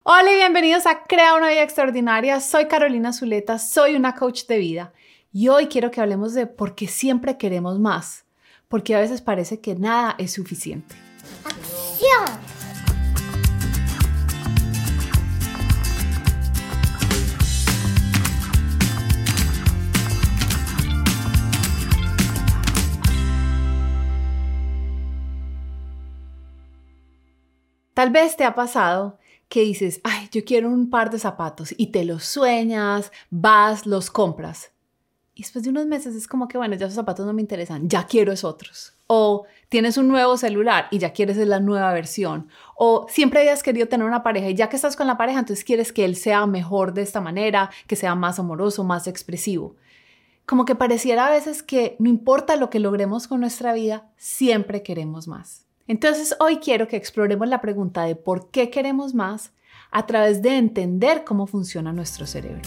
Hola y bienvenidos a Crea una vida extraordinaria. Soy Carolina Zuleta, soy una coach de vida y hoy quiero que hablemos de por qué siempre queremos más, porque a veces parece que nada es suficiente. ¡Acción! Tal vez te ha pasado que dices, ay, yo quiero un par de zapatos y te los sueñas, vas, los compras. Y después de unos meses es como que, bueno, ya esos zapatos no me interesan, ya quiero esos otros. O tienes un nuevo celular y ya quieres la nueva versión. O siempre habías querido tener una pareja y ya que estás con la pareja, entonces quieres que él sea mejor de esta manera, que sea más amoroso, más expresivo. Como que pareciera a veces que no importa lo que logremos con nuestra vida, siempre queremos más. Entonces hoy quiero que exploremos la pregunta de por qué queremos más a través de entender cómo funciona nuestro cerebro.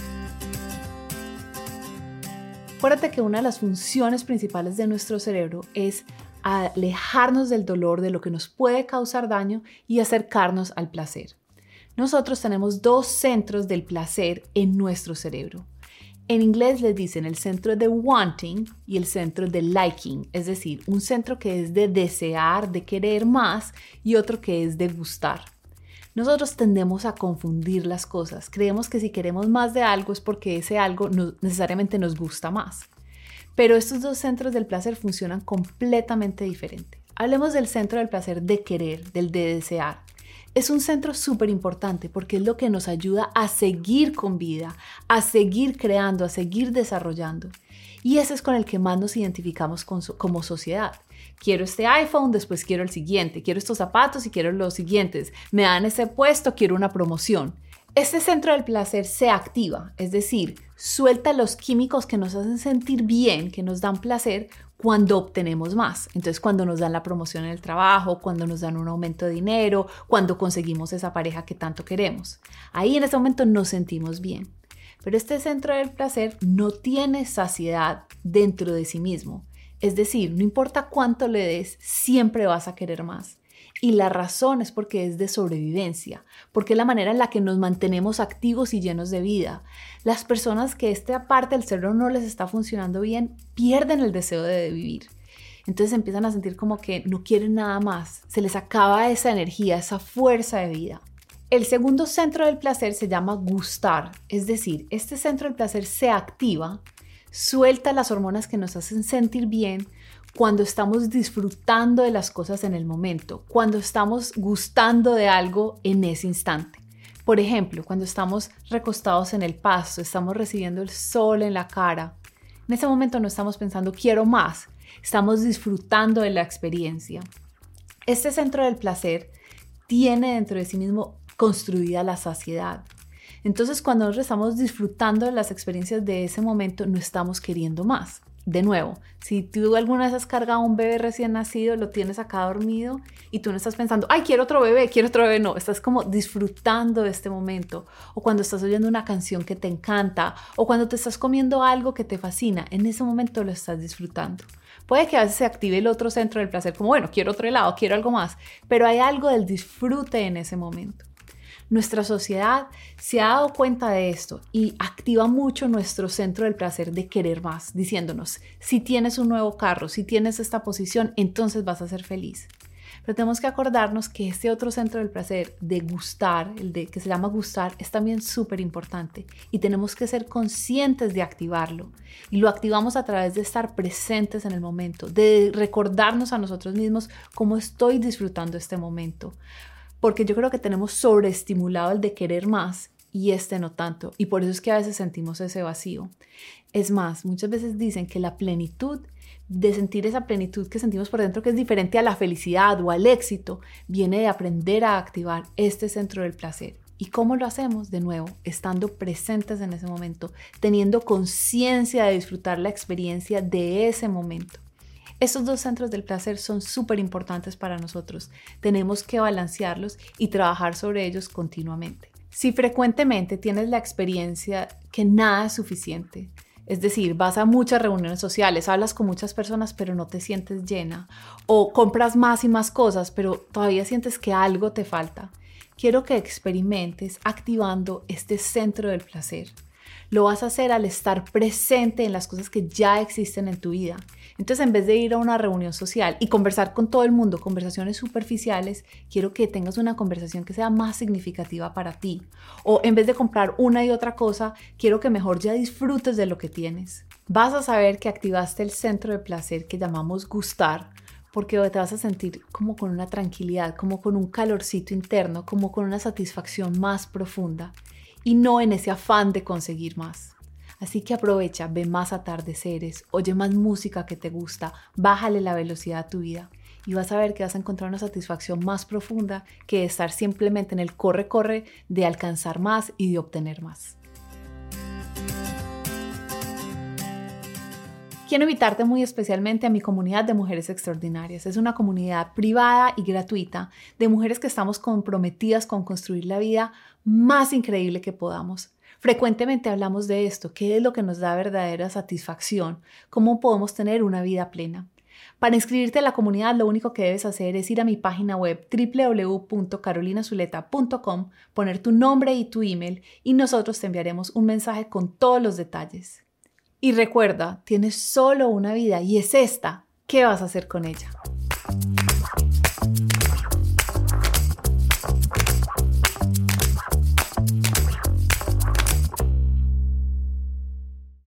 Acuérdate que una de las funciones principales de nuestro cerebro es alejarnos del dolor, de lo que nos puede causar daño y acercarnos al placer. Nosotros tenemos dos centros del placer en nuestro cerebro. En inglés les dicen el centro de wanting y el centro de liking, es decir, un centro que es de desear, de querer más y otro que es de gustar. Nosotros tendemos a confundir las cosas. Creemos que si queremos más de algo es porque ese algo no necesariamente nos gusta más. Pero estos dos centros del placer funcionan completamente diferente. Hablemos del centro del placer de querer, del de desear. Es un centro súper importante porque es lo que nos ayuda a seguir con vida, a seguir creando, a seguir desarrollando. Y ese es con el que más nos identificamos como sociedad. Quiero este iPhone, después quiero el siguiente. Quiero estos zapatos y quiero los siguientes. Me dan ese puesto, quiero una promoción. Este centro del placer se activa, es decir, suelta los químicos que nos hacen sentir bien, que nos dan placer cuando obtenemos más. Entonces, cuando nos dan la promoción en el trabajo, cuando nos dan un aumento de dinero, cuando conseguimos esa pareja que tanto queremos. Ahí en ese momento nos sentimos bien. Pero este centro del placer no tiene saciedad dentro de sí mismo. Es decir, no importa cuánto le des, siempre vas a querer más. Y la razón es porque es de sobrevivencia, porque es la manera en la que nos mantenemos activos y llenos de vida. Las personas que esta parte del cerebro no les está funcionando bien, pierden el deseo de vivir. Entonces empiezan a sentir como que no quieren nada más, se les acaba esa energía, esa fuerza de vida. El segundo centro del placer se llama gustar, es decir, este centro del placer se activa, suelta las hormonas que nos hacen sentir bien, cuando estamos disfrutando de las cosas en el momento, cuando estamos gustando de algo en ese instante. Por ejemplo, cuando estamos recostados en el pasto, estamos recibiendo el sol en la cara. En ese momento no estamos pensando quiero más, estamos disfrutando de la experiencia. Este centro del placer tiene dentro de sí mismo construida la saciedad. Entonces, cuando nosotros estamos disfrutando de las experiencias de ese momento, no estamos queriendo más. De nuevo, si tú alguna vez has cargado a un bebé recién nacido, lo tienes acá dormido y tú no estás pensando, ay, quiero otro bebé, no, estás como disfrutando de este momento. O cuando estás oyendo una canción que te encanta o cuando te estás comiendo algo que te fascina, en ese momento lo estás disfrutando. Puede que a veces se active el otro centro del placer, como bueno, quiero otro helado, quiero algo más, pero hay algo del disfrute en ese momento. Nuestra sociedad se ha dado cuenta de esto y activa mucho nuestro centro del placer de querer más, diciéndonos, si tienes un nuevo carro, si tienes esta posición, entonces vas a ser feliz. Pero tenemos que acordarnos que este otro centro del placer de gustar, que se llama gustar, es también súper importante y tenemos que ser conscientes de activarlo. Y lo activamos a través de estar presentes en el momento, de recordarnos a nosotros mismos cómo estoy disfrutando este momento. Porque yo creo que tenemos sobreestimulado el de querer más y no tanto. Y por eso es que a veces sentimos ese vacío. Es más, muchas veces dicen que la plenitud, de sentir esa plenitud que sentimos por dentro, que es diferente a la felicidad o al éxito, viene de aprender a activar este centro del placer. ¿Y cómo lo hacemos? De nuevo, estando presentes en ese momento, teniendo conciencia de disfrutar la experiencia de ese momento. Estos dos centros del placer son súper importantes para nosotros. Tenemos que balancearlos y trabajar sobre ellos continuamente. Si frecuentemente tienes la experiencia que nada es suficiente, es decir, vas a muchas reuniones sociales, hablas con muchas personas, pero no te sientes llena, o compras más y más cosas, pero todavía sientes que algo te falta, quiero que experimentes activando este centro del placer. Lo vas a hacer al estar presente en las cosas que ya existen en tu vida. Entonces, en vez de ir a una reunión social y conversar con todo el mundo, conversaciones superficiales, quiero que tengas una conversación que sea más significativa para ti. O en vez de comprar una y otra cosa, quiero que mejor ya disfrutes de lo que tienes. Vas a saber que activaste el centro de placer que llamamos gustar, porque te vas a sentir como con una tranquilidad, como con un calorcito interno, como con una satisfacción más profunda y no en ese afán de conseguir más. Así que aprovecha, ve más atardeceres, oye más música que te gusta, bájale la velocidad a tu vida y vas a ver que vas a encontrar una satisfacción más profunda que estar simplemente en el corre-corre de alcanzar más y de obtener más. Quiero invitarte muy especialmente a mi comunidad de Mujeres Extraordinarias. Es una comunidad privada y gratuita de mujeres que estamos comprometidas con construir la vida más increíble que podamos. Frecuentemente hablamos de esto, qué es lo que nos da verdadera satisfacción, cómo podemos tener una vida plena. Para inscribirte a la comunidad, lo único que debes hacer es ir a mi página web www.carolinazuleta.com, poner tu nombre y tu email y nosotros te enviaremos un mensaje con todos los detalles. Y recuerda, tienes solo una vida y es esta. ¿Qué vas a hacer con ella?